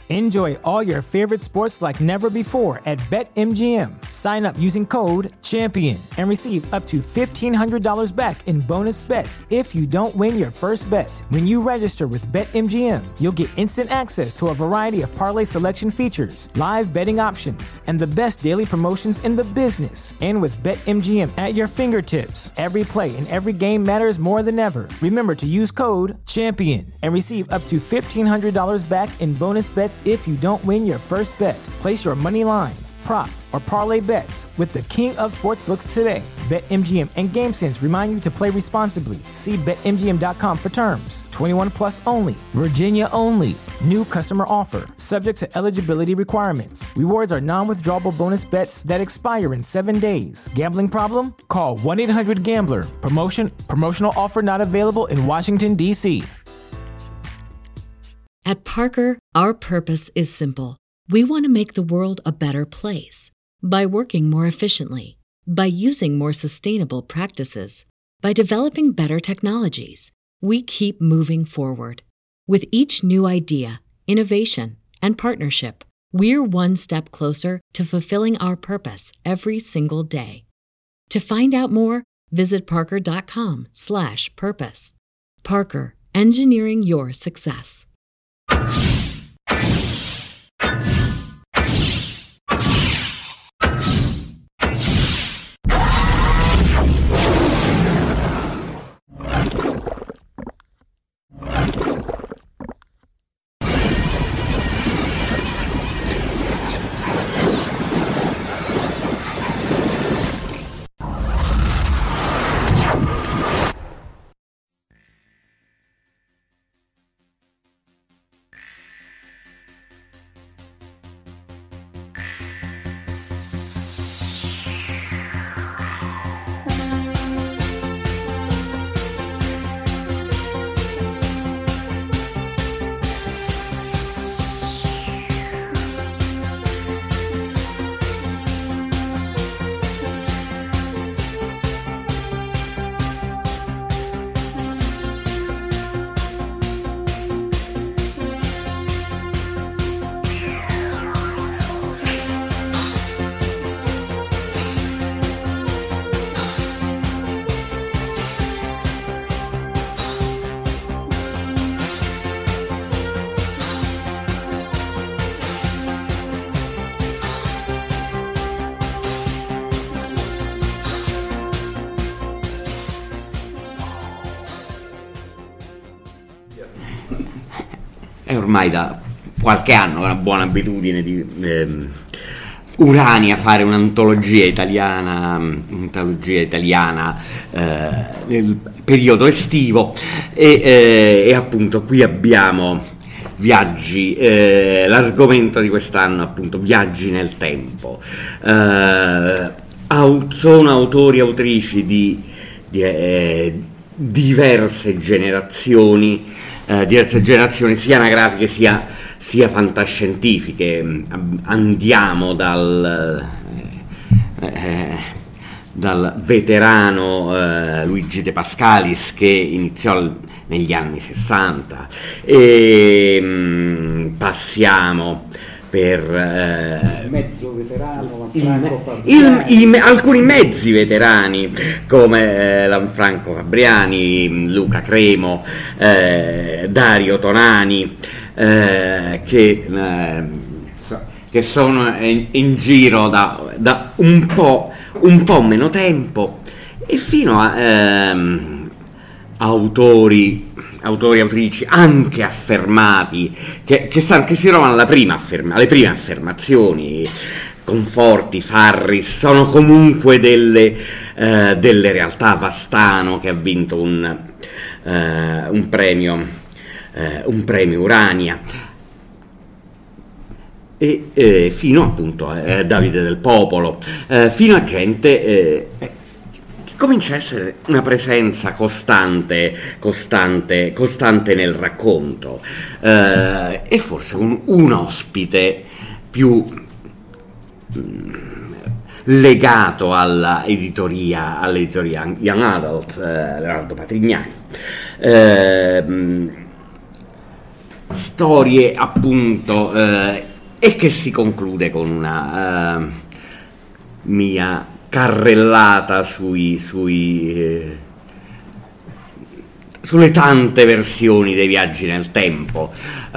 Enjoy all your favorite sports like never before at BetMGM. Sign up using code CHAMPION and receive up to $1,500 back in bonus bets if you don't win your first bet. When you register with BetMGM, you'll get instant access to a variety of parlay selection features, live betting options, and the best daily promotions in the business. And with BetMGM at your fingertips, every play and every game matters more than ever. Remember to use code CHAMPION and receive up to $1,500 back in bonus bets if you don't win your first bet. Place your money line, prop, or parlay bets with the king of sportsbooks today. BetMGM and GameSense remind you to play responsibly. See BetMGM.com for terms. 21 plus only. Virginia only. New customer offer. Subject to eligibility requirements. Rewards are non-withdrawable bonus bets that expire in 7 days. Gambling problem? Call 1-800-GAMBLER. Promotional offer not available in Washington, D.C. At Parker, our purpose is simple. We want to make the world a better place by working more efficiently, by using more sustainable practices, by developing better technologies. We keep moving forward. With each new idea, innovation, and partnership, we're one step closer to fulfilling our purpose every single day. To find out more, visit parker.com/purpose. Parker, engineering your success. È ormai da qualche anno una buona abitudine di Urania fare un'antologia italiana nel periodo estivo e appunto qui abbiamo viaggi, l'argomento di quest'anno appunto viaggi nel tempo. Sono autori e autrici di diverse generazioni sia anagrafiche sia fantascientifiche. Andiamo dal veterano Luigi De Pascalis, che iniziò negli anni 60, e passiamo per mezzo veterano alcuni mezzi veterani come Lanfranco Fabriani, Luca Cremo, Dario Tonani, che sono in giro da un po' meno tempo, e fino a autori e autrici anche affermati che si trovano alle prime affermazioni. Conforti, Farris sono comunque delle realtà. Vastano, che ha vinto un premio Urania, e fino appunto a Davide del Popolo, fino a gente che comincia a essere una presenza costante nel racconto, e forse un ospite più legato all'editoria Young Adult, Leonardo Patrignani. storie appunto e che si conclude con una mia carrellata sulle tante versioni dei viaggi nel tempo.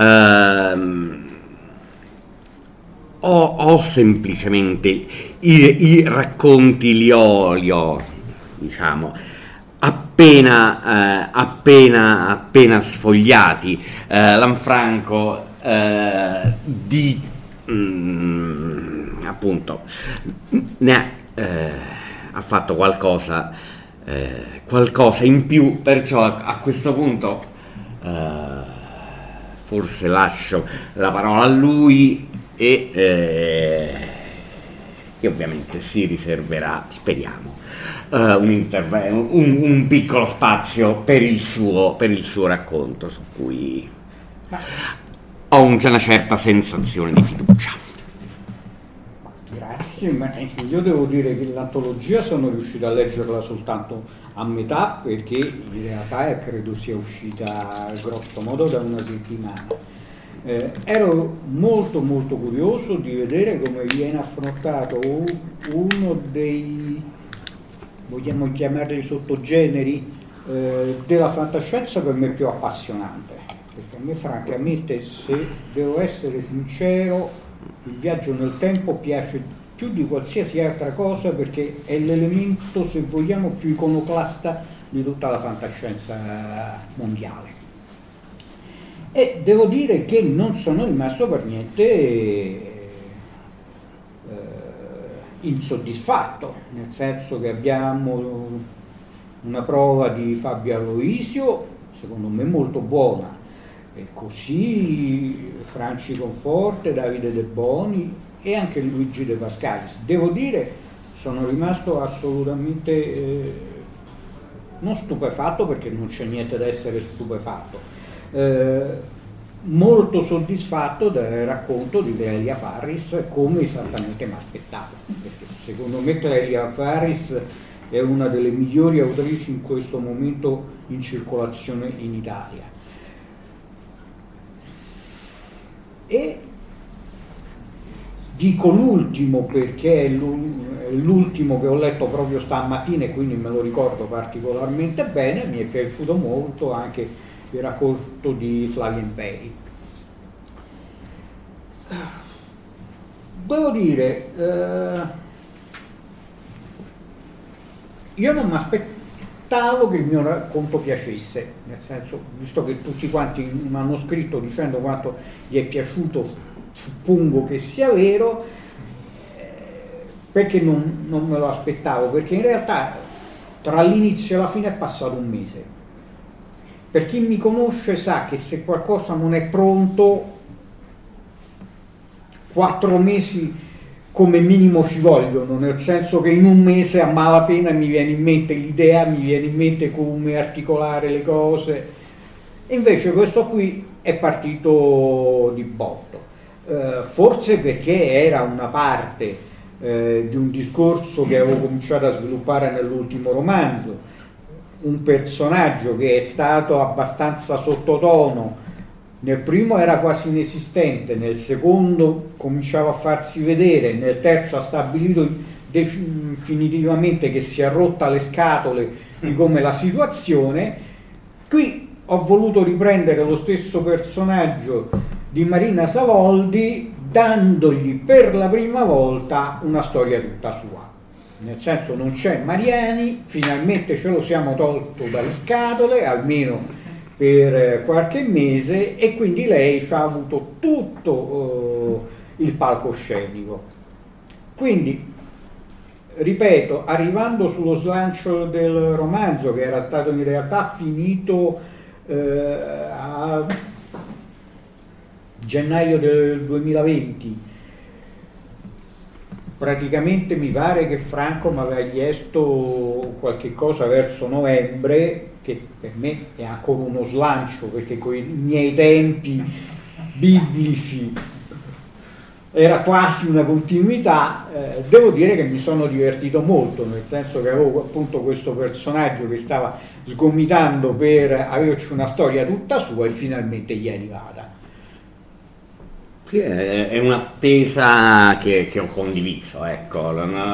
Ho semplicemente i racconti li ho, diciamo, appena sfogliati. Lanfranco appunto ha fatto qualcosa in più, perciò a questo punto forse lascio la parola a lui e ovviamente si riserverà, speriamo, un piccolo spazio per il suo racconto, su cui ho una certa sensazione di fiducia. Grazie, ma io devo dire che l'antologia sono riuscito a leggerla soltanto a metà, perché in realtà credo sia uscita grosso modo da una settimana. Ero molto curioso di vedere come viene affrontato uno dei, vogliamo chiamarli, sottogeneri della fantascienza per me più appassionante, perché a me francamente, se devo essere sincero, il viaggio nel tempo piace più di qualsiasi altra cosa, perché è l'elemento, se vogliamo, più iconoclasta di tutta la fantascienza mondiale. E devo dire che non sono rimasto per niente insoddisfatto, nel senso che abbiamo una prova di Fabio Aloisio, secondo me molto buona, e così Franci Conforte, Davide De Boni e anche Luigi De Pascalis. Devo dire, sono rimasto assolutamente non stupefatto, perché non c'è niente da essere stupefatto, molto soddisfatto del racconto di Clelia Farris, come esattamente mi aspettavo, perché secondo me Clelia Farris è una delle migliori autrici in questo momento in circolazione in Italia. E dico l'ultimo perché è l'ultimo che ho letto proprio stamattina e quindi me lo ricordo particolarmente bene. Mi è piaciuto molto anche il racconto di Flavio Imperi. Devo dire, io non mi aspettavo che il mio racconto piacesse, nel senso, visto che tutti quanti mi hanno scritto dicendo quanto gli è piaciuto, suppongo che sia vero, perché non me lo aspettavo, perché in realtà tra l'inizio e la fine è passato un mese. Per chi mi conosce sa che se qualcosa non è pronto, 4 mesi come minimo ci vogliono, nel senso che in un mese a malapena mi viene in mente l'idea, mi viene in mente come articolare le cose, e invece questo qui è partito di botto, forse perché era una parte di un discorso che avevo cominciato a sviluppare nell'ultimo romanzo, un personaggio che è stato abbastanza sottotono. Nel primo era quasi inesistente, nel secondo cominciava a farsi vedere, nel terzo ha stabilito definitivamente che si è rotta le scatole di come la situazione. Qui ho voluto riprendere lo stesso personaggio di Marina Savoldi, dandogli per la prima volta una storia tutta sua. Nel senso, non c'è Mariani, finalmente ce lo siamo tolto dalle scatole, almeno per qualche mese, e quindi lei ci ha avuto tutto il palcoscenico. Quindi, ripeto, arrivando sullo slancio del romanzo, che era stato in realtà finito a gennaio del 2020, praticamente mi pare che Franco mi aveva chiesto qualche cosa verso novembre, che per me è ancora uno slancio, perché con i miei tempi biblici era quasi una continuità. Devo dire che mi sono divertito molto, nel senso che avevo appunto questo personaggio che stava sgomitando per averci una storia tutta sua, e finalmente gli è arrivata. Sì, è un'attesa che ho condiviso, ecco.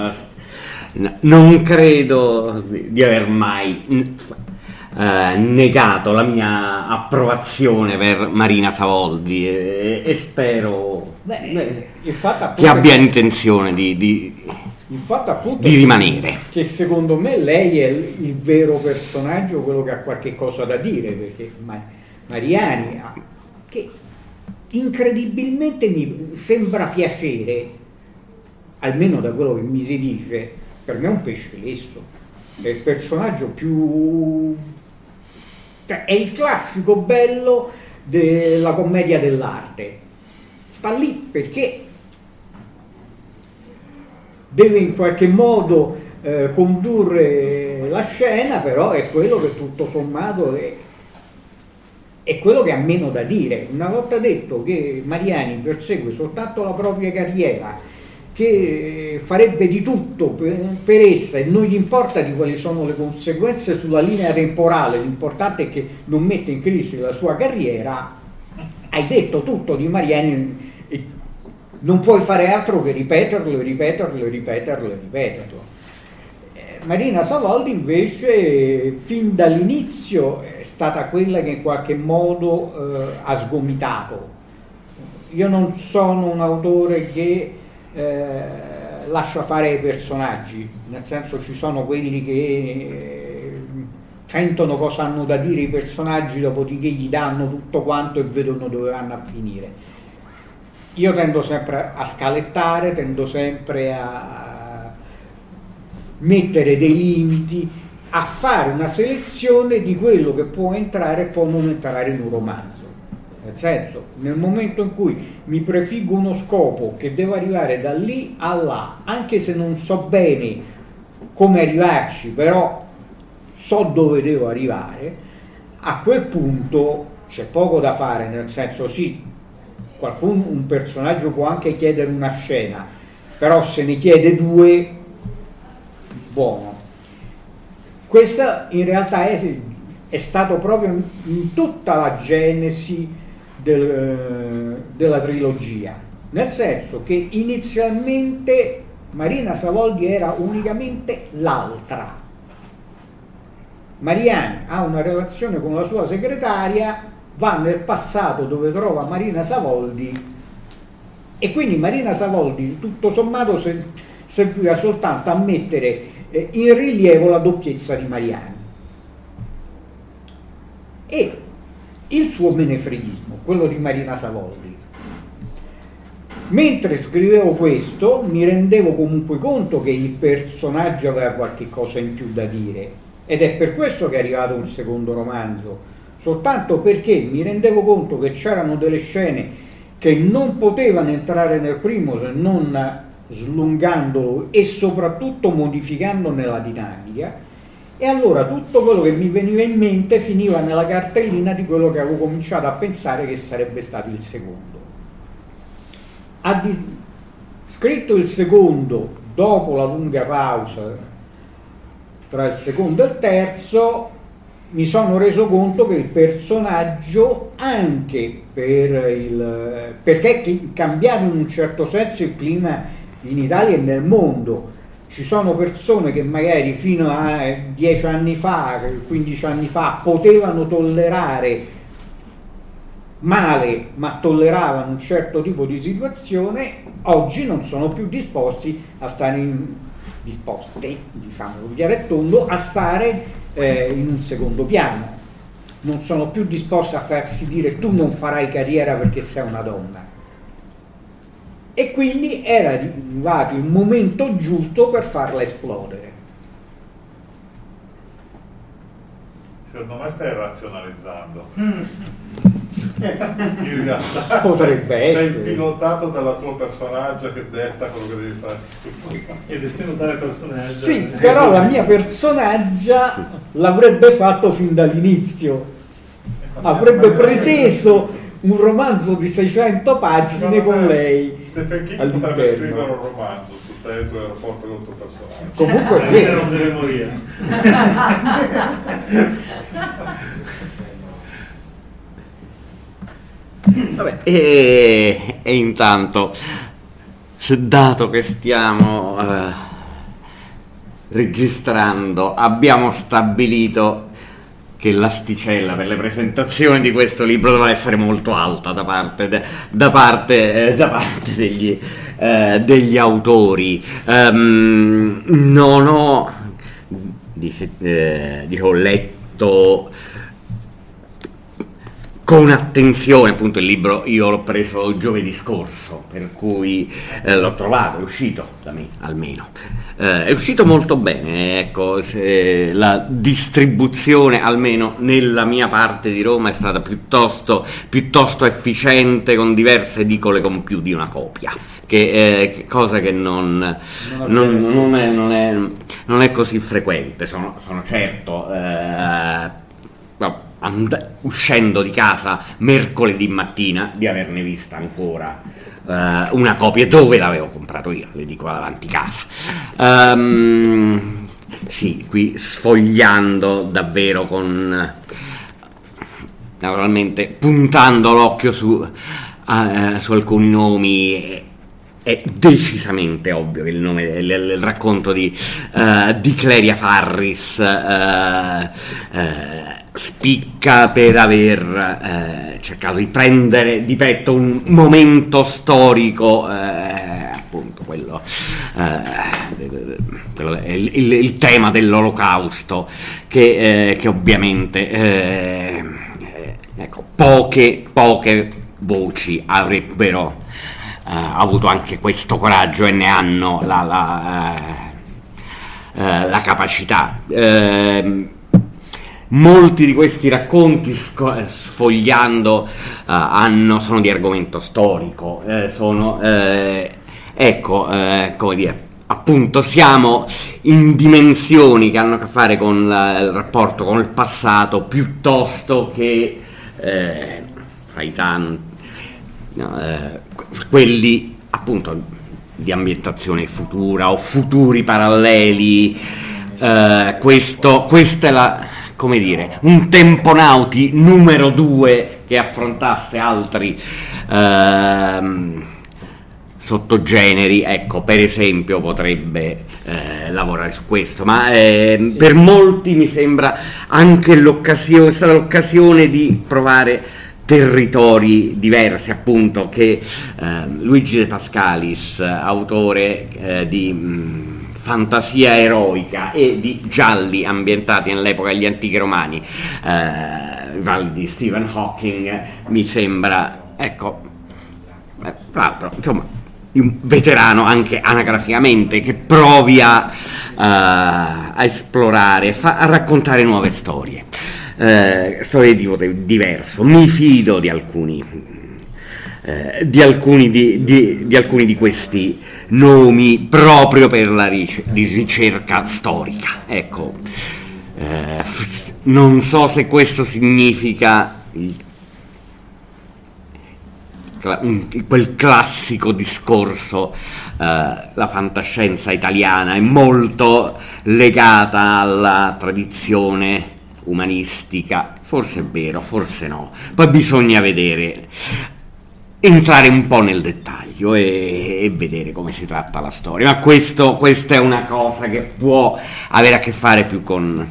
Non credo di aver mai negato la mia approvazione per Marina Savoldi e spero che abbia intenzione il fatto appunto di rimanere. Che secondo me lei è il vero personaggio, quello che ha qualche cosa da dire, perché Mariani, che incredibilmente mi sembra piacere, almeno da quello che mi si dice, per me è un pesce lesso, è il personaggio più... cioè, è il classico bello della commedia dell'arte, sta lì perché deve in qualche modo condurre la scena, però è quello che tutto sommato è quello che ha meno da dire. Una volta detto che Mariani persegue soltanto la propria carriera, che farebbe di tutto per essa e non gli importa di quali sono le conseguenze sulla linea temporale, l'importante è che non mette in crisi la sua carriera, hai detto tutto di Mariani e non puoi fare altro che ripeterlo. Marina Savoldi invece fin dall'inizio è stata quella che in qualche modo ha sgomitato. Io non sono un autore che lascia fare ai personaggi, nel senso ci sono quelli che sentono cosa hanno da dire i personaggi, dopodiché gli danno tutto quanto e vedono dove vanno a finire. Io tendo sempre a scalettare, tendo sempre a mettere dei limiti, a fare una selezione di quello che può entrare e può non entrare in un romanzo. Nel senso, nel momento in cui mi prefiggo uno scopo che devo arrivare da lì a là, anche se non so bene come arrivarci, però so dove devo arrivare, a quel punto c'è poco da fare, nel senso sì, un personaggio può anche chiedere una scena, però se ne chiede due, buono. Questa in realtà è stato proprio in tutta la genesi della trilogia, nel senso che inizialmente Marina Savoldi era unicamente l'altra. Mariani ha una relazione con la sua segretaria, va nel passato dove trova Marina Savoldi e quindi Marina Savoldi tutto sommato serviva soltanto a mettere in rilievo la doppiezza di Mariani e il suo menefreghismo, quello di Marina Savoldi. Mentre scrivevo questo mi rendevo comunque conto che il personaggio aveva qualche cosa in più da dire ed è per questo che è arrivato un secondo romanzo, soltanto perché mi rendevo conto che c'erano delle scene che non potevano entrare nel primo se non slungandolo e soprattutto modificandone la dinamica, e allora tutto quello che mi veniva in mente finiva nella cartellina di quello che avevo cominciato a pensare che sarebbe stato il secondo. Scritto il secondo dopo la lunga pausa tra il secondo e il terzo, mi sono reso conto che il personaggio, anche perché è cambiato in un certo senso il clima in Italia e nel mondo. Ci sono persone che magari fino a 10 anni fa, 15 anni fa potevano tollerare male, ma tolleravano un certo tipo di situazione, oggi non sono più disposti a stare diciamo chiaro e tondo, a stare in un secondo piano. Non sono più disposti a farsi dire tu non farai carriera perché sei una donna. E quindi era arrivato il momento giusto per farla esplodere. Secondo me stai razionalizzando. In realtà potrebbe essere. Sei pilotato dalla tua personaggio che detta quello che devi fare. E destinano tale personaggio. Sì, però la mia personaggia l'avrebbe fatto fin dall'inizio. Avrebbe preteso un romanzo di 600 pagine con lei. Stephen King potrebbe scrivere un romanzo su te e il tuo rapporto con il tuo personaggio. Comunque non deve morire. Vabbè, e intanto, dato che stiamo registrando, abbiamo stabilito che l'asticella per le presentazioni di questo libro dovrà essere molto alta da parte degli autori. Non ho, ho letto con attenzione, appunto il libro io l'ho preso giovedì scorso, per cui l'ho trovato, è uscito da me almeno, è uscito molto bene, ecco, la distribuzione almeno nella mia parte di Roma è stata piuttosto efficiente, con diverse edicole con più di una copia, che cosa che non è così frequente. Sono certo, uscendo di casa mercoledì mattina, di averne vista ancora una copia dove l'avevo comprato io, l'edicola davanti casa. Sì, qui sfogliando davvero naturalmente puntando l'occhio su alcuni nomi, è decisamente ovvio che il nome, il racconto di Clelia Farris spicca per aver cercato di prendere di petto un momento storico, appunto quello il tema dell'Olocausto, che ovviamente ecco, poche voci avrebbero avuto anche questo coraggio e ne hanno la capacità. Molti di questi racconti, sfogliando, sono di argomento storico, come dire, appunto siamo in dimensioni che hanno a che fare con il rapporto con il passato, piuttosto che fra i tanti quelli appunto di ambientazione futura o futuri paralleli. Questa è come dire, un Temponauti numero 2 che affrontasse altri sottogeneri, ecco, per esempio potrebbe lavorare su questo, ma per molti mi sembra anche è stata l'occasione di provare territori diversi, appunto, che Luigi De Pascalis, autore di fantasia eroica e di gialli ambientati nell'epoca degli antichi romani, i valli di Stephen Hawking, mi sembra, ecco, tra l'altro, insomma, un veterano anche anagraficamente, che provi a esplorare, a raccontare nuove storie di tipo diverso. Mi fido di alcuni di questi nomi proprio per la ricerca storica, ecco. Non so se questo significa quel classico discorso, la fantascienza italiana è molto legata alla tradizione umanistica, forse è vero, forse no, poi bisogna entrare un po' nel dettaglio e vedere come si tratta la storia, ma questa è una cosa che può avere a che fare più con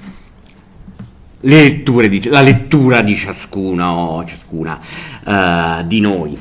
la lettura di ciascuna di noi.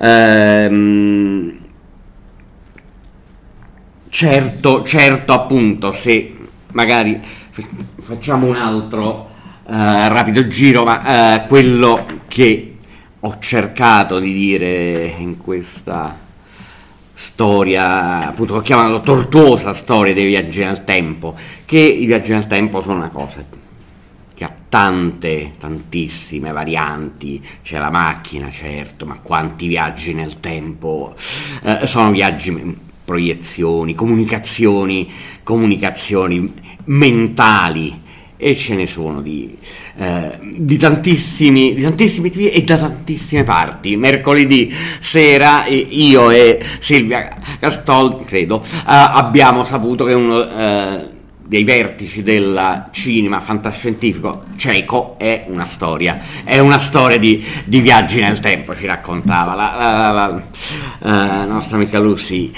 Certo, appunto, se magari facciamo un altro rapido giro, ma quello che ho cercato di dire in questa storia, appunto, ho chiamato tortuosa storia dei viaggi nel tempo, che i viaggi nel tempo sono una cosa che ha tantissime varianti. C'è la macchina, certo, ma quanti viaggi nel tempo sono viaggi, proiezioni, comunicazioni mentali, e ce ne sono di tantissimi tipi e da tantissime parti. Mercoledì sera io e Silvia Castol, credo, abbiamo saputo che uno dei vertici del cinema fantascientifico ceco è una storia di viaggi nel tempo, ci raccontava la nostra amica Lucy.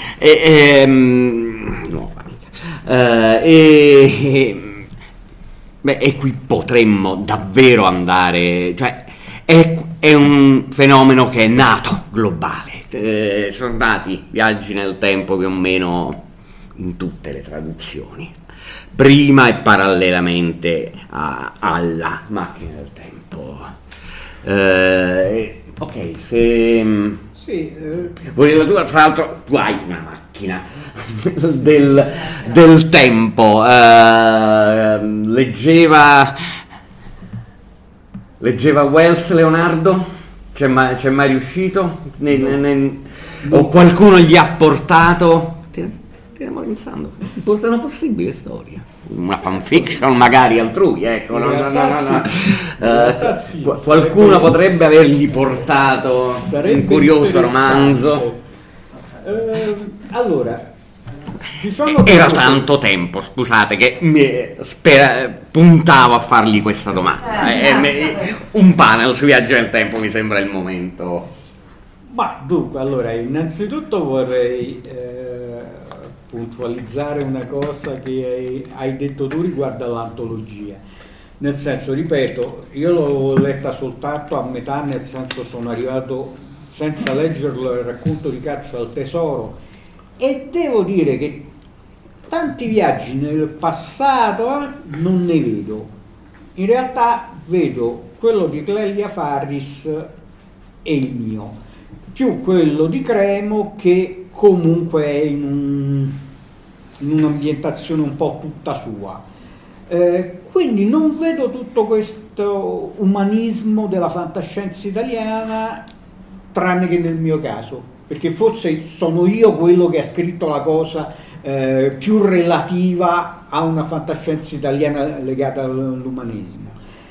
E qui potremmo davvero andare, cioè è un fenomeno che è nato globale, sono nati viaggi nel tempo più o meno in tutte le traduzioni, prima e parallelamente alla macchina del tempo. Ok, se sì, tra l'altro tu hai una macchina del tempo, leggeva Wells Leonardo? C'è mai riuscito? O qualcuno gli ha portato? Stiamo pensando, portano possibili storie, una fanfiction magari altrui, ecco, qualcuno potrebbe avergli portato un curioso romanzo. Allora, ci sono era tanto tempo, scusate, che puntavo a fargli questa domanda. Un panel su viaggio nel tempo mi sembra il momento. Ma dunque, allora, innanzitutto vorrei puntualizzare una cosa che hai detto tu riguardo all'antologia. Nel senso, ripeto, io l'ho letta soltanto a metà, nel senso sono arrivato senza leggerlo il racconto di Caccia al tesoro, e devo dire che tanti viaggi nel passato non ne vedo. In realtà vedo quello di Clelia Farris e il mio, più quello di Cremo, che comunque è in un'ambientazione un po' tutta sua. Quindi non vedo tutto questo umanismo della fantascienza italiana, tranne che nel mio caso, perché forse sono io quello che ha scritto la cosa più relativa a una fantascienza italiana legata all'umanesimo.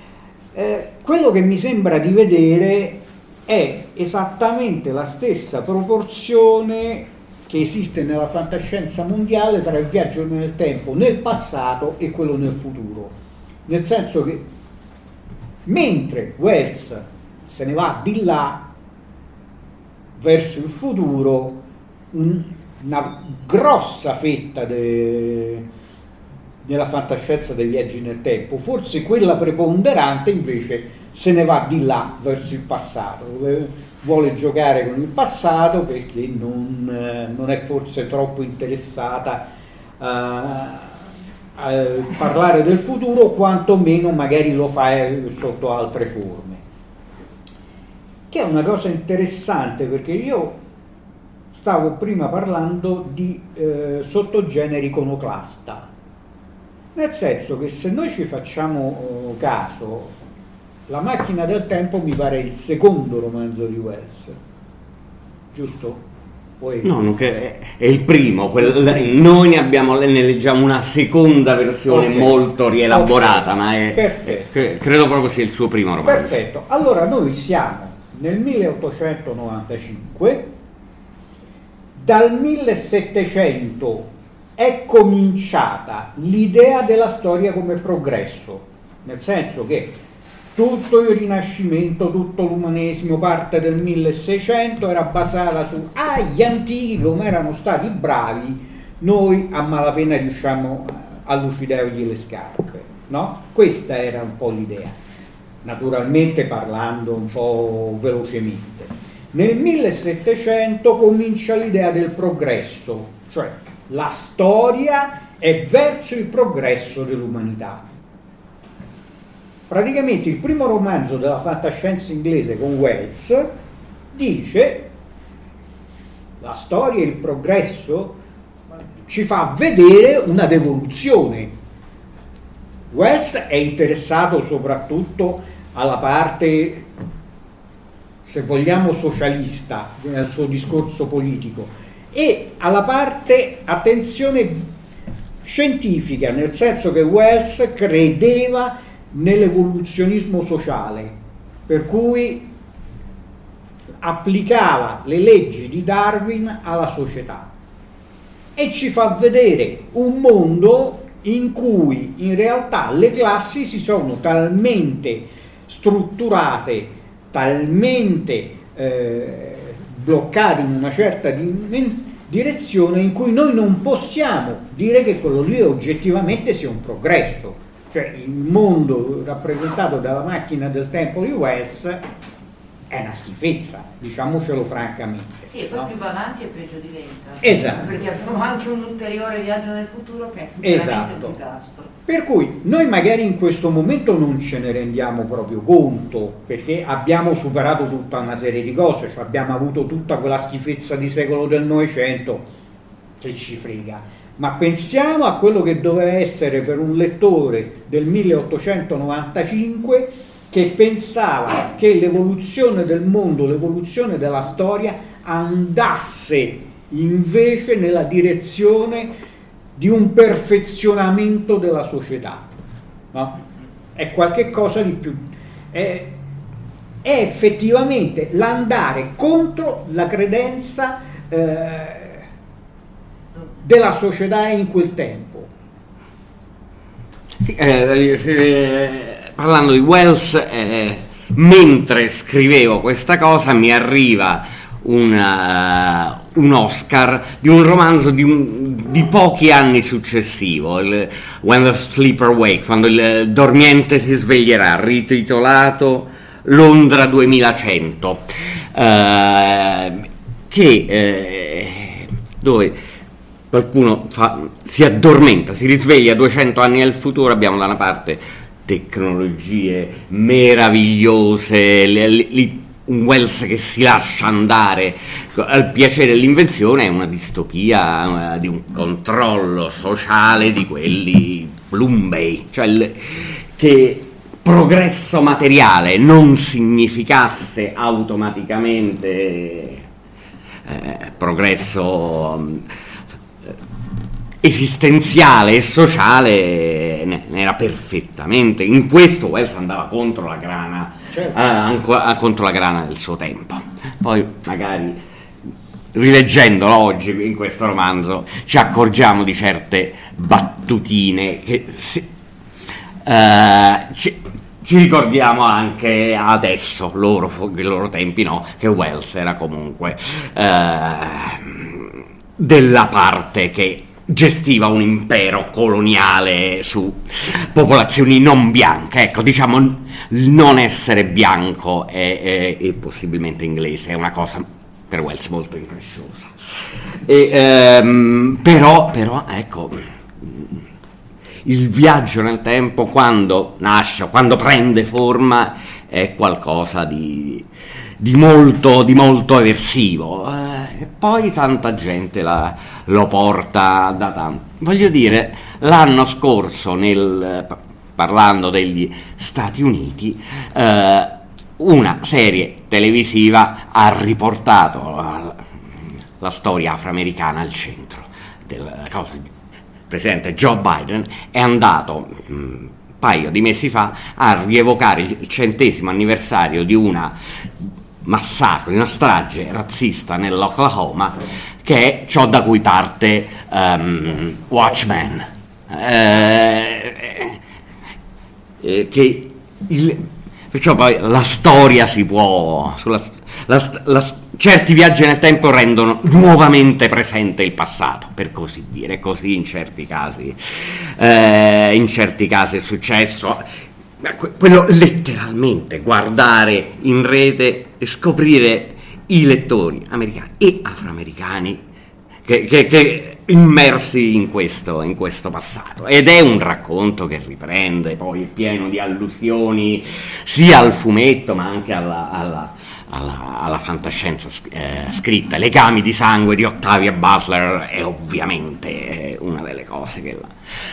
Quello che mi sembra di vedere è esattamente la stessa proporzione che esiste nella fantascienza mondiale tra il viaggio nel tempo nel passato e quello nel futuro, nel senso che mentre Wells se ne va di là verso il futuro, una grossa fetta della fantascienza dei viaggi nel tempo, forse quella preponderante, invece se ne va di là verso il passato, vuole giocare con il passato perché non è forse troppo interessata a parlare del futuro, quantomeno magari lo fa sotto altre forme, che è una cosa interessante, perché io stavo prima parlando di sottogenere iconoclasta, nel senso che se noi ci facciamo caso, La macchina del tempo mi pare il secondo romanzo di Wells, giusto? No, è il primo, noi ne leggiamo una seconda versione molto rielaborata, ma credo proprio sia il suo primo romanzo. Perfetto, allora noi siamo nel 1895, dal 1700 è cominciata l'idea della storia come progresso, nel senso che tutto il Rinascimento, tutto l'umanesimo, parte del 1600 era basata su gli antichi come erano stati bravi, noi a malapena riusciamo a lucidargli le scarpe, no? Questa era un po' l'idea, naturalmente parlando un po' velocemente. Nel 1700 comincia l'idea del progresso, cioè la storia è verso il progresso dell'umanità. Praticamente il primo romanzo della fantascienza inglese con Wells dice la storia e il progresso ci fa vedere una devoluzione. Wells è interessato soprattutto alla parte, se vogliamo, socialista nel suo discorso politico e alla parte, attenzione, scientifica, nel senso che Wells credeva nell'evoluzionismo sociale, per cui applicava le leggi di Darwin alla società e ci fa vedere un mondo in cui in realtà le classi si sono talmente strutturate, talmente bloccate in una certa direzione, in cui noi non possiamo dire che quello lì oggettivamente sia un progresso. Cioè il mondo rappresentato dalla macchina del tempo di Wells è una schifezza, diciamocelo francamente. Sì, e poi no? Più va avanti e peggio diventa. Esatto. Perché abbiamo anche un ulteriore viaggio nel futuro che è veramente un disastro. Per cui noi magari in questo momento non ce ne rendiamo proprio conto, perché abbiamo superato tutta una serie di cose, cioè abbiamo avuto tutta quella schifezza di secolo del Novecento, che ci frega. Ma pensiamo a quello che doveva essere per un lettore del 1895, che pensava che l'evoluzione del mondo, l'evoluzione della storia andasse invece nella direzione di un perfezionamento della società, no? È qualche cosa di più, è effettivamente l'andare contro la credenza della società in quel tempo. Sì, parlando di Wells, mentre scrivevo questa cosa mi arriva un Oscar di un romanzo di pochi anni successivo, When the Sleeper Wake, quando il dormiente si sveglierà, rititolato Londra 2100, dove qualcuno si addormenta, si risveglia 200 anni nel futuro. Abbiamo da una parte tecnologie meravigliose, un Wells che si lascia andare al piacere dell'invenzione, è una distopia di un controllo sociale di quelli Bloomsbury, cioè che progresso materiale non significasse automaticamente progresso esistenziale e sociale, ne era perfettamente. In questo Wells andava contro la grana, certo. Contro la grana del suo tempo. Poi magari rileggendolo oggi in questo romanzo ci accorgiamo di certe battutine che ci ricordiamo anche adesso, i loro tempi no, che Wells era comunque della parte che gestiva un impero coloniale su popolazioni non bianche. Ecco, diciamo, non essere bianco e possibilmente inglese è una cosa per Wells molto incresciosa. Però ecco, il viaggio nel tempo, quando nasce, quando prende forma, è qualcosa di molto eversivo, e poi tanta gente lo porta da tanto. Voglio dire, l'anno scorso, parlando degli Stati Uniti, una serie televisiva ha riportato la storia afroamericana al centro della cosa. Il presidente Joe Biden è andato un paio di mesi fa a rievocare il 100° anniversario di una massacro, di una strage razzista nell'Oklahoma, che è ciò da cui parte Watchmen, perciò poi la storia si può certi viaggi nel tempo rendono nuovamente presente il passato, per così dire. Così in certi casi è successo. Quello letteralmente, guardare in rete e scoprire i lettori americani e afroamericani che immersi in questo passato, ed è un racconto che riprende, poi pieno di allusioni sia al fumetto ma anche alla fantascienza scritta. Legami di sangue di Octavia Butler è ovviamente una delle cose che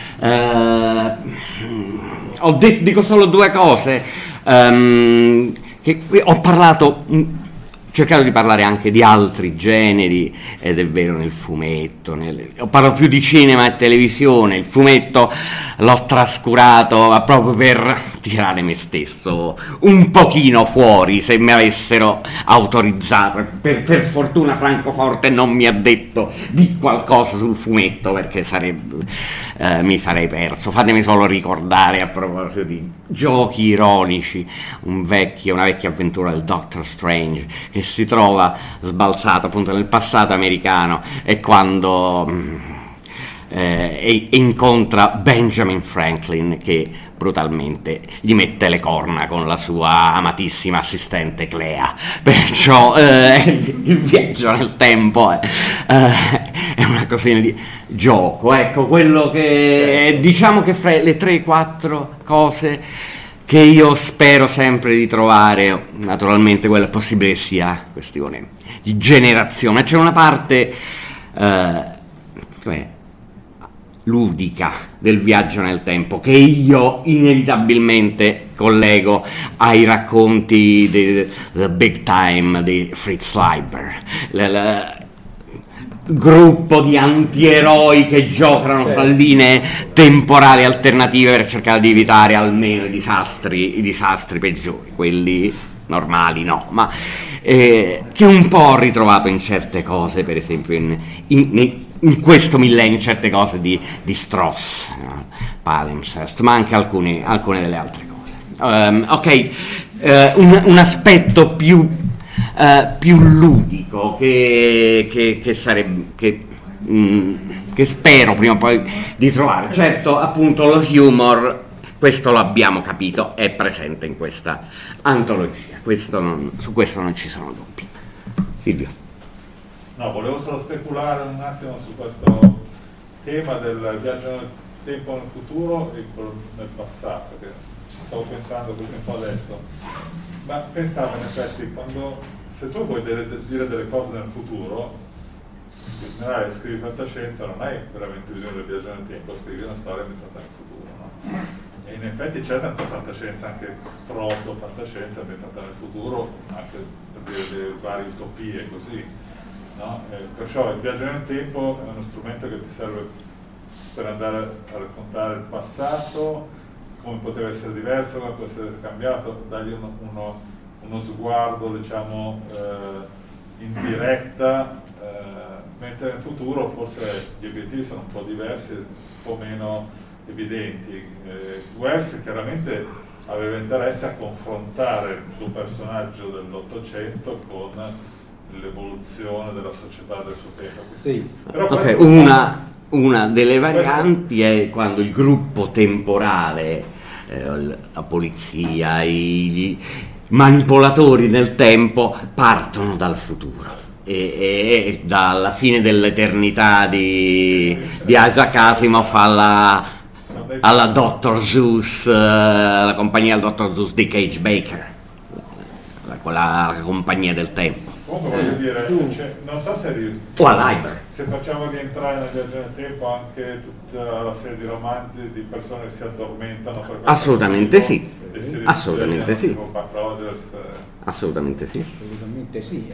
dico solo due cose, che ho cercato di parlare anche di altri generi, ed è vero, nel fumetto parlo più di cinema e televisione. Il fumetto l'ho trascurato proprio per tirare me stesso un pochino fuori se mi avessero autorizzato. Per fortuna Francoforte non mi ha detto di qualcosa sul fumetto, perché mi sarei perso. Fatemi solo ricordare, a proposito di giochi ironici, una vecchia avventura del Doctor Strange, che si trova sbalzato appunto nel passato americano, e quando incontra Benjamin Franklin, che brutalmente gli mette le corna con la sua amatissima assistente Clea. Perciò il viaggio nel tempo è una cosina di gioco, ecco, quello che diciamo che fra le 3-4 cose che io spero sempre di trovare, naturalmente quella possibile sia questione di generazione. C'è una parte ludica del viaggio nel tempo che io inevitabilmente collego ai racconti di The Big Time di Fritz Leiber, gruppo di antieroi che giocano fra linee temporali alternative per cercare di evitare almeno i disastri peggiori, quelli normali no, ma che un po' ho ritrovato in certe cose, per esempio in questo millennio, certe cose di Strauss, Palimpsest, ma anche alcune delle altre cose. Un aspetto più ludico che sarebbe che spero prima o poi di trovare. Certo, appunto, lo humor, questo lo abbiamo capito, è presente in questa antologia. Su questo non ci sono dubbi. Silvio. No, volevo solo speculare un attimo su questo tema del viaggio nel tempo nel futuro e nel passato, che ci stavo pensando così un po' adesso. Ma pensavo in effetti, se tu vuoi dire delle cose nel futuro, in generale scrivi fantascienza, non hai veramente bisogno del viaggio nel tempo, scrivi una storia ambientata nel futuro, no? E in effetti c'è tanta fantascienza, anche proto-fantascienza ambientata nel futuro, anche per dire le varie utopie così, no? Perciò il viaggio nel tempo è uno strumento che ti serve per andare a raccontare il passato, come poteva essere diverso, come può essere cambiato, dargli uno sguardo, diciamo, in diretta, mentre nel futuro forse gli obiettivi sono un po' diversi, un po' meno evidenti. Wells chiaramente aveva interesse a confrontare il suo personaggio dell'Ottocento con l'evoluzione della società del suo tempo. Sì. Però una delle varianti è quando il gruppo temporale, la polizia, i manipolatori del tempo partono dal futuro. E dalla fine dell'eternità di Isaac Asimov alla Dr. Seuss, la compagnia del Dr. Seuss di Cage Baker, la compagnia del tempo. Comunque voglio dire, non so se facciamo rientrare nel viaggio nel tempo anche tutta la serie di romanzi di persone che si addormentano per assolutamente sì. Assolutamente sì. Assolutamente sì.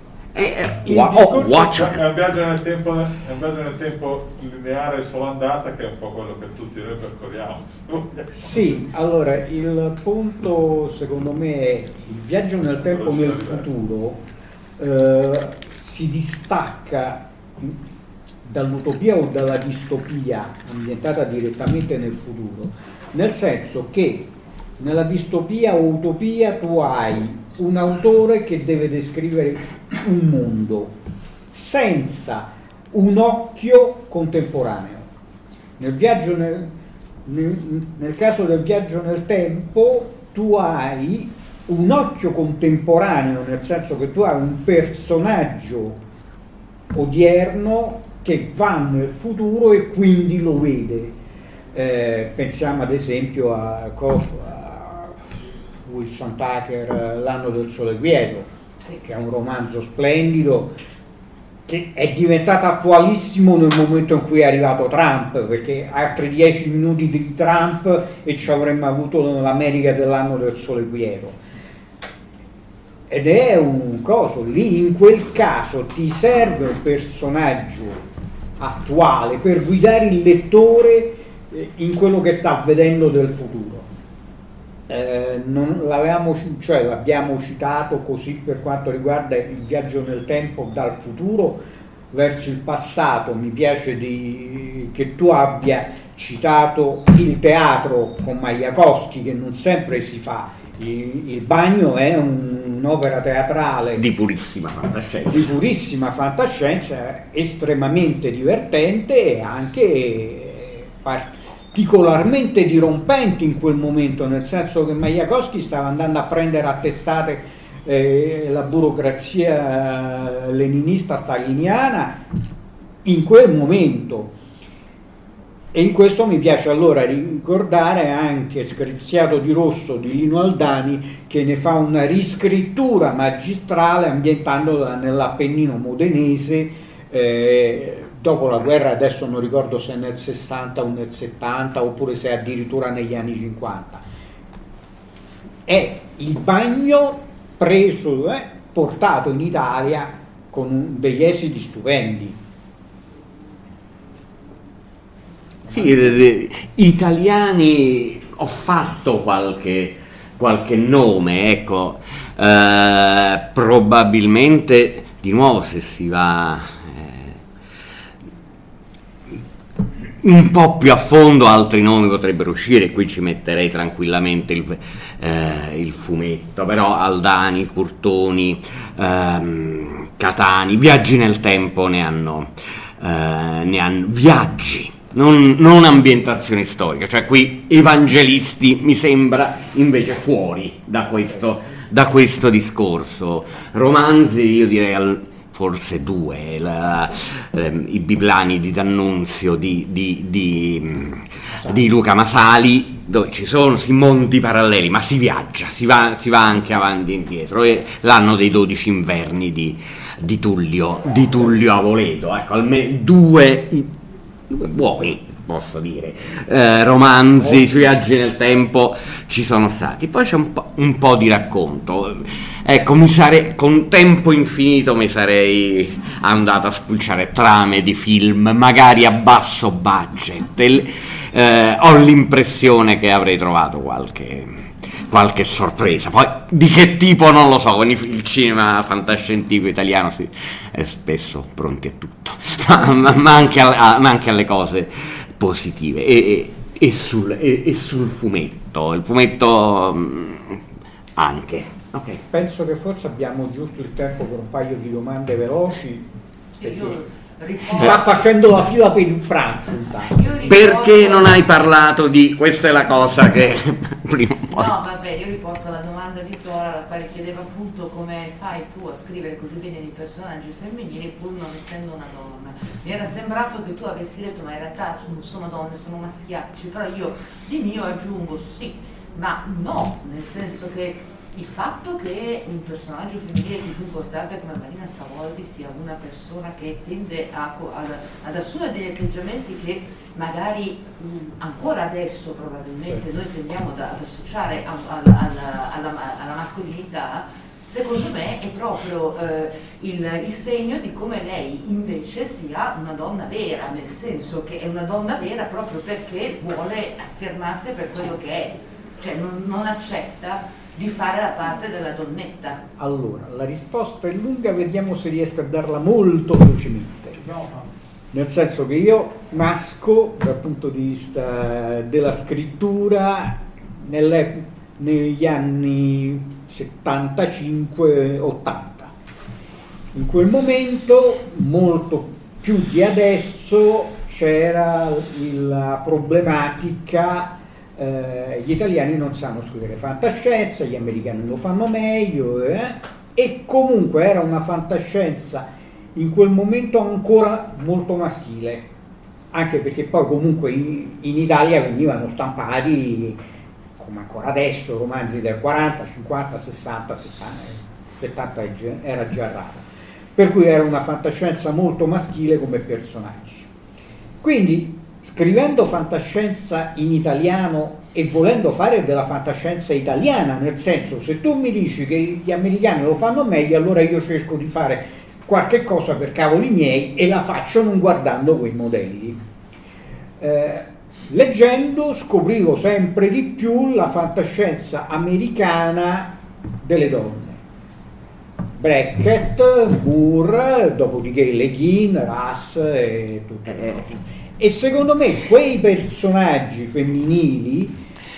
Watcher è un viaggio nel tempo lineare solo andata, che è un po' quello che tutti noi percorriamo. Sì, allora il punto secondo me è il viaggio nel tempo nel futuro si distacca dall'utopia o dalla distopia ambientata direttamente nel futuro, nel senso che nella distopia o utopia tu hai un autore che deve descrivere un mondo senza un occhio contemporaneo. Nel caso del viaggio nel tempo tu hai un occhio contemporaneo, nel senso che tu hai un personaggio odierno che va nel futuro e quindi lo vede. Pensiamo ad esempio a Wilson Tucker, L'anno del sole quieto, che è un romanzo splendido che è diventato attualissimo nel momento in cui è arrivato Trump, perché altri 10 minuti di Trump e ci avremmo avuto nell'America dell'anno del sole quieto. Ed è un coso, lì in quel caso ti serve un personaggio attuale per guidare il lettore in quello che sta vedendo del futuro. l'abbiamo citato così per quanto riguarda il viaggio nel tempo dal futuro verso il passato. Mi piace che tu abbia citato il teatro con Majakovskij, che non sempre si fa. Il Bagno è un'opera teatrale di purissima fantascienza, estremamente divertente e anche particolarmente dirompente in quel momento, nel senso che Majakovskij stava andando a prendere a testate la burocrazia leninista staliniana in quel momento. E in questo mi piace allora ricordare anche Screziato di rosso di Lino Aldani, che ne fa una riscrittura magistrale ambientandola nell'Appennino modenese dopo la guerra. Adesso non ricordo se è nel 60 o nel 70 oppure se è addirittura negli anni 50. È il Bagno preso, portato in Italia con degli esiti stupendi. Sì, italiani, ho fatto qualche nome, ecco, probabilmente di nuovo se si va un po' più a fondo altri nomi potrebbero uscire, qui ci metterei tranquillamente il fumetto, però Aldani, Curtoni, Catani, Viaggi nel tempo ne hanno viaggi. Non ambientazione storica, cioè qui Evangelisti mi sembra invece fuori da questo discorso. Romanzi, io direi forse due, i Biblani di D'Annunzio di Luca Masali, dove ci sono mondi paralleli, ma si viaggia, si va anche avanti e indietro, e l'anno dei 12 inverni di Tullio Avoledo, ecco, almeno due buoni, posso dire, romanzi sui viaggi nel tempo ci sono stati. Poi c'è un po' di racconto, ecco, con tempo infinito mi sarei andato a spulciare trame di film magari a basso budget, ho l'impressione che avrei trovato qualche sorpresa, poi di che tipo non lo so, con il cinema fantascientifico italiano è spesso pronti a tutto, ma anche alle cose positive, e sul fumetto, il fumetto anche. Okay. Penso che forse abbiamo giusto il tempo per un paio di domande veloci, perché si sta facendo la fila per il pranzo intanto. Perché non hai parlato di questa è la cosa che prima o poi. No, vabbè, io riporto la domanda di Flora, la quale chiedeva appunto come fai tu a scrivere così bene di personaggi femminili pur non essendo una donna. Mi era sembrato che tu avessi detto ma in realtà non sono donne, sono maschiacci, però io di mio aggiungo sì, ma no, nel senso che il fatto che un personaggio femminile così importante come Marina Savoldi sia una persona che tende ad assumere degli atteggiamenti che magari ancora adesso probabilmente noi tendiamo ad associare alla mascolinità, secondo me è proprio il segno di come lei invece sia una donna vera, nel senso che è una donna vera proprio perché vuole affermarsi per quello che è, cioè non accetta di fare la parte della donnetta. Allora, la risposta è lunga, vediamo se riesco a darla molto velocemente. Nel senso che io nasco dal punto di vista della scrittura negli anni 75-80. In quel momento, molto più di adesso, c'era la problematica gli italiani non sanno scrivere fantascienza, gli americani lo fanno meglio, e comunque era una fantascienza in quel momento ancora molto maschile, anche perché poi comunque in Italia venivano stampati, come ancora adesso, romanzi del 40, 50, 60, 70 era già raro, per cui era una fantascienza molto maschile come personaggi. Quindi scrivendo fantascienza in italiano e volendo fare della fantascienza italiana, nel senso, se tu mi dici che gli americani lo fanno meglio, allora io cerco di fare qualche cosa per cavoli miei e la faccio non guardando quei modelli. Leggendo scoprivo sempre di più la fantascienza americana delle donne. Beckett, Moore, dopodiché Le Guin, Russ e tutto. E secondo me quei personaggi femminili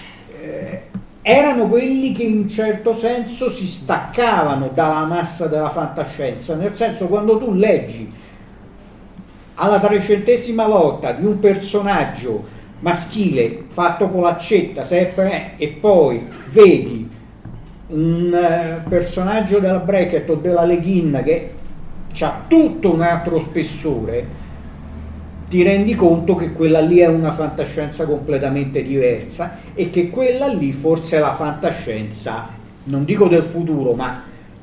erano quelli che in un certo senso si staccavano dalla massa della fantascienza, nel senso, quando tu leggi alla 300ª volta di un personaggio maschile fatto con l'accetta sempre, e poi vedi un personaggio della Beckett o della Le Guin che ha tutto un altro spessore, ti rendi conto che quella lì è una fantascienza completamente diversa e che quella lì forse è la fantascienza, non dico del futuro, ma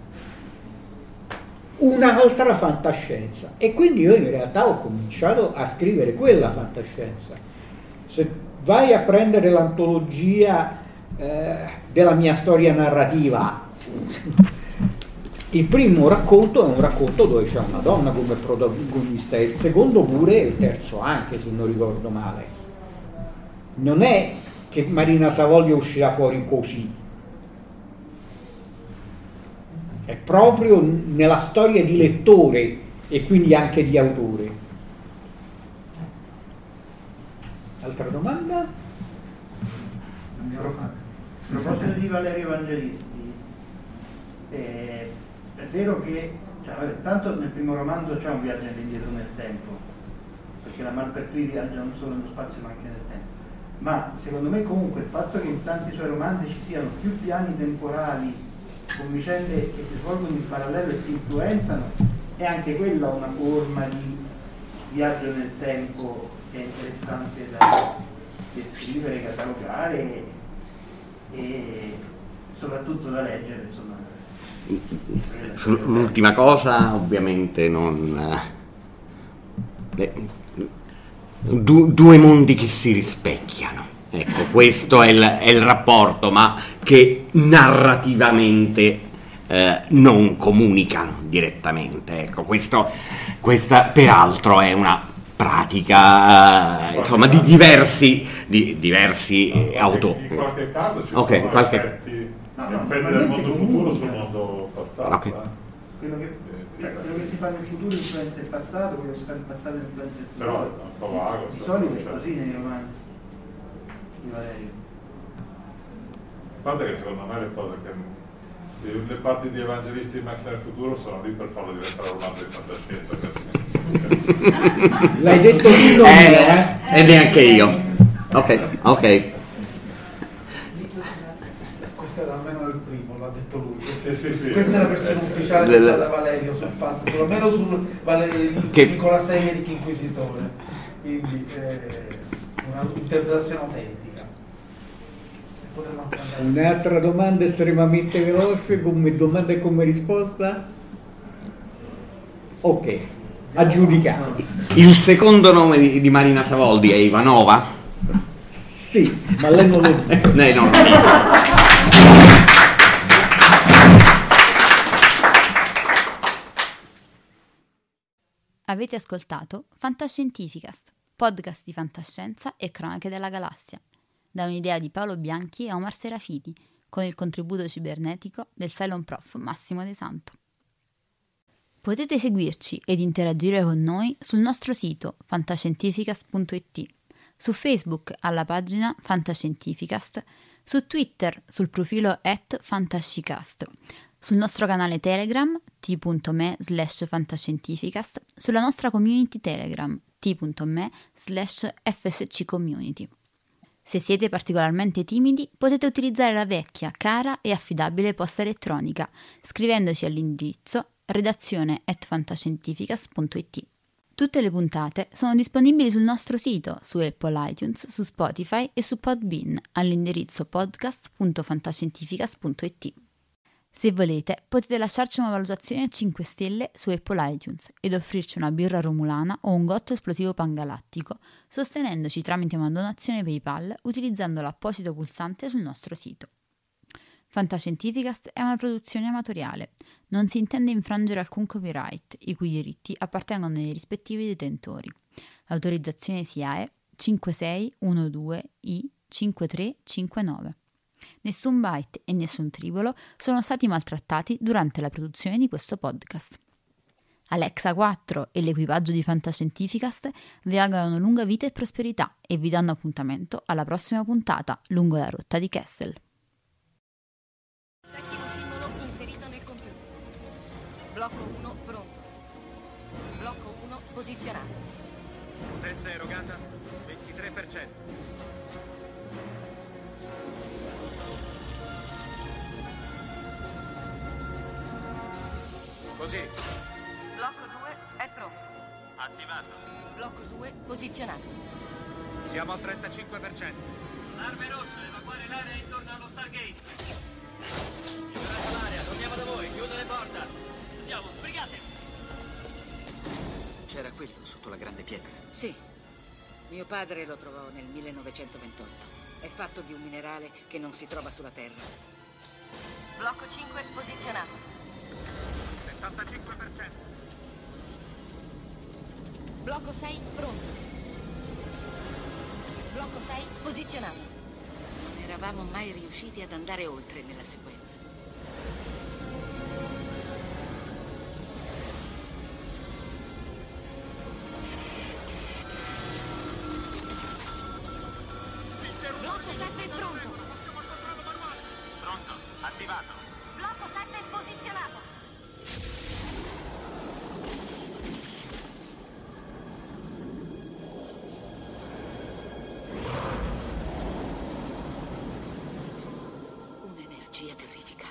un'altra fantascienza. E quindi io in realtà ho cominciato a scrivere quella fantascienza. Se vai a prendere l'antologia della mia storia narrativa, il primo racconto è un racconto dove c'è una donna come protagonista, e il secondo pure, e il terzo anche, se non ricordo male. Non è che Marina Savoglio uscirà fuori così, è proprio nella storia di lettore e quindi anche di autore. Altra domanda? A proposito di Valerio Evangelisti, è vero che, tanto nel primo romanzo c'è un viaggio all'indietro nel tempo, perché la Malpertuis viaggia non solo nello spazio ma anche nel tempo, ma secondo me comunque il fatto che in tanti suoi romanzi ci siano più piani temporali con vicende che si svolgono in parallelo e si influenzano, è anche quella una forma di viaggio nel tempo che è interessante da descrivere, catalogare e soprattutto da leggere, insomma. L'ultima cosa, ovviamente, due mondi che si rispecchiano. Ecco, questo è il rapporto, ma che narrativamente non comunicano direttamente. Ecco, questa peraltro è una pratica insomma di diversi autori. In qualche caso ci sono effetti del mondo futuro sul mondo passato. Okay. Quello che si fa nel futuro influenza il passato, quello che si fa nel passato influenza il futuro. Però è un po' vago. Di solito è così nei romanzi di Valerio. Guarda che secondo me le cose che le parti di Evangelisti di Max nel futuro sono lì per farlo diventare un romanzo di fantascienza. L'hai detto tu, e neanche io. Ok. Questo era almeno il primo, l'ha detto lui. Sì. Questa è la versione ufficiale da Valerio sul fatto, perlomeno sul Nicola Semeric Inquisitore. Quindi un'interpretazione autentica. Un'altra domanda estremamente veloce, come domanda e come risposta? Ok, aggiudicato. Il secondo nome di Marina Savoldi è Ivanova? Sì, ma lei non lo dice. Lei non lo dice. Avete ascoltato Fantascientificast, podcast di fantascienza e cronache della galassia, da un'idea di Paolo Bianchi e Omar Serafiti, con il contributo cibernetico del Cylon Prof Massimo De Santo. Potete seguirci ed interagire con noi sul nostro sito fantascientificast.it, su Facebook alla pagina Fantascientificast, su Twitter sul profilo @fantascicast, sul nostro canale Telegram t.me/fantascientificast, sulla nostra community Telegram t.me/fsccommunity. Se siete particolarmente timidi, potete utilizzare la vecchia, cara e affidabile posta elettronica, scrivendoci all'indirizzo redazione@fantascientificast.it. Tutte le puntate sono disponibili sul nostro sito, su Apple iTunes, su Spotify e su Podbean, all'indirizzo podcast.fantascientificast.it. Se volete, potete lasciarci una valutazione a 5 stelle su Apple iTunes ed offrirci una birra romulana o un gotto esplosivo pangalattico, sostenendoci tramite una donazione PayPal utilizzando l'apposito pulsante sul nostro sito. Fantascientificast è una produzione amatoriale. Non si intende infrangere alcun copyright, i cui diritti appartengono ai rispettivi detentori. L'autorizzazione SIAE 5612 I 5359. Nessun byte e nessun tribolo sono stati maltrattati durante la produzione di questo podcast. Alexa 4 e l'equipaggio di Fantascientificast vi augurano lunga vita e prosperità e vi danno appuntamento alla prossima puntata lungo la rotta di Kessel. Settimo simbolo inserito nel computer. Blocco 1 pronto. Blocco 1 posizionato. Potenza erogata 23%. Così. Blocco 2 è pronto. Attivato. Blocco 2 posizionato. Siamo al 35%. Arme rosse, evacuare l'area intorno allo Stargate. Liberate l'area, torniamo da voi, chiudo le porte. Andiamo, sbrigate. C'era quello sotto la grande pietra? Sì. Mio padre lo trovò nel 1928. È fatto di un minerale che non si trova sulla Terra. Blocco 5 posizionato. 75%. Blocco 6 pronto. Blocco 6 posizionato. Non eravamo mai riusciti ad andare oltre nella sequenza. Blocco 7 pronto. Pronto, attivato. Blocco 7 posizionato. Un'energia terrificante.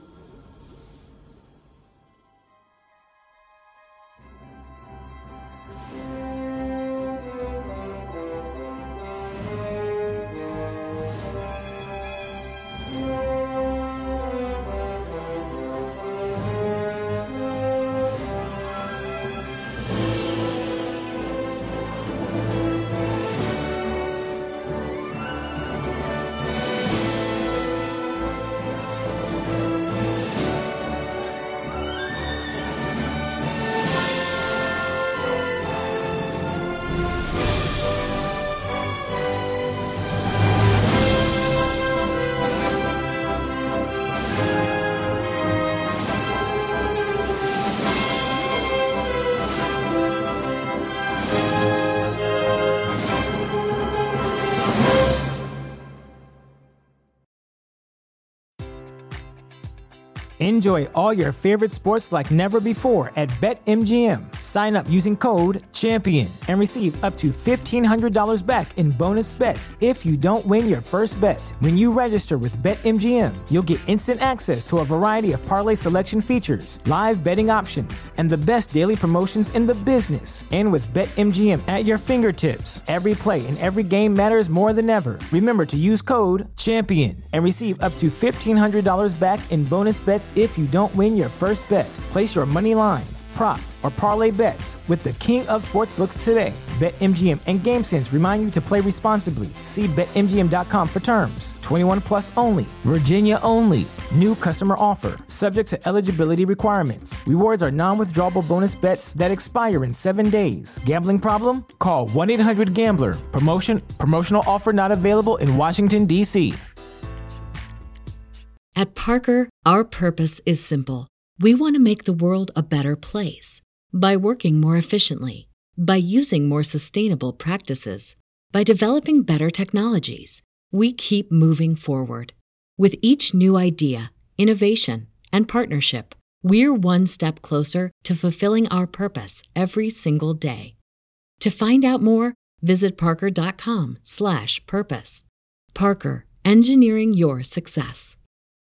Enjoy all your favorite sports like never before at BetMGM. Sign up using code CHAMPION and receive up to $1,500 back in bonus bets if you don't win your first bet. When you register with BetMGM, you'll get instant access to a variety of parlay selection features, live betting options, and the best daily promotions in the business. And with BetMGM at your fingertips, every play and every game matters more than ever. Remember to use code CHAMPION and receive up to $1,500 back in bonus bets if you don't win your first bet. Place your money line, prop, or parlay bets with the king of sportsbooks today. BetMGM and GameSense remind you to play responsibly. See BetMGM.com for terms. 21 plus only. Virginia only. New customer offer. Subject to eligibility requirements. Rewards are non-withdrawable bonus bets that expire in 7 days. Gambling problem? Call 1-800-GAMBLER. Promotional offer not available in Washington, D.C. At Parker, our purpose is simple. We want to make the world a better place by working more efficiently, by using more sustainable practices, by developing better technologies. We keep moving forward. With each new idea, innovation, and partnership, we're one step closer to fulfilling our purpose every single day. To find out more, visit parker.com/purpose. Parker, engineering your success.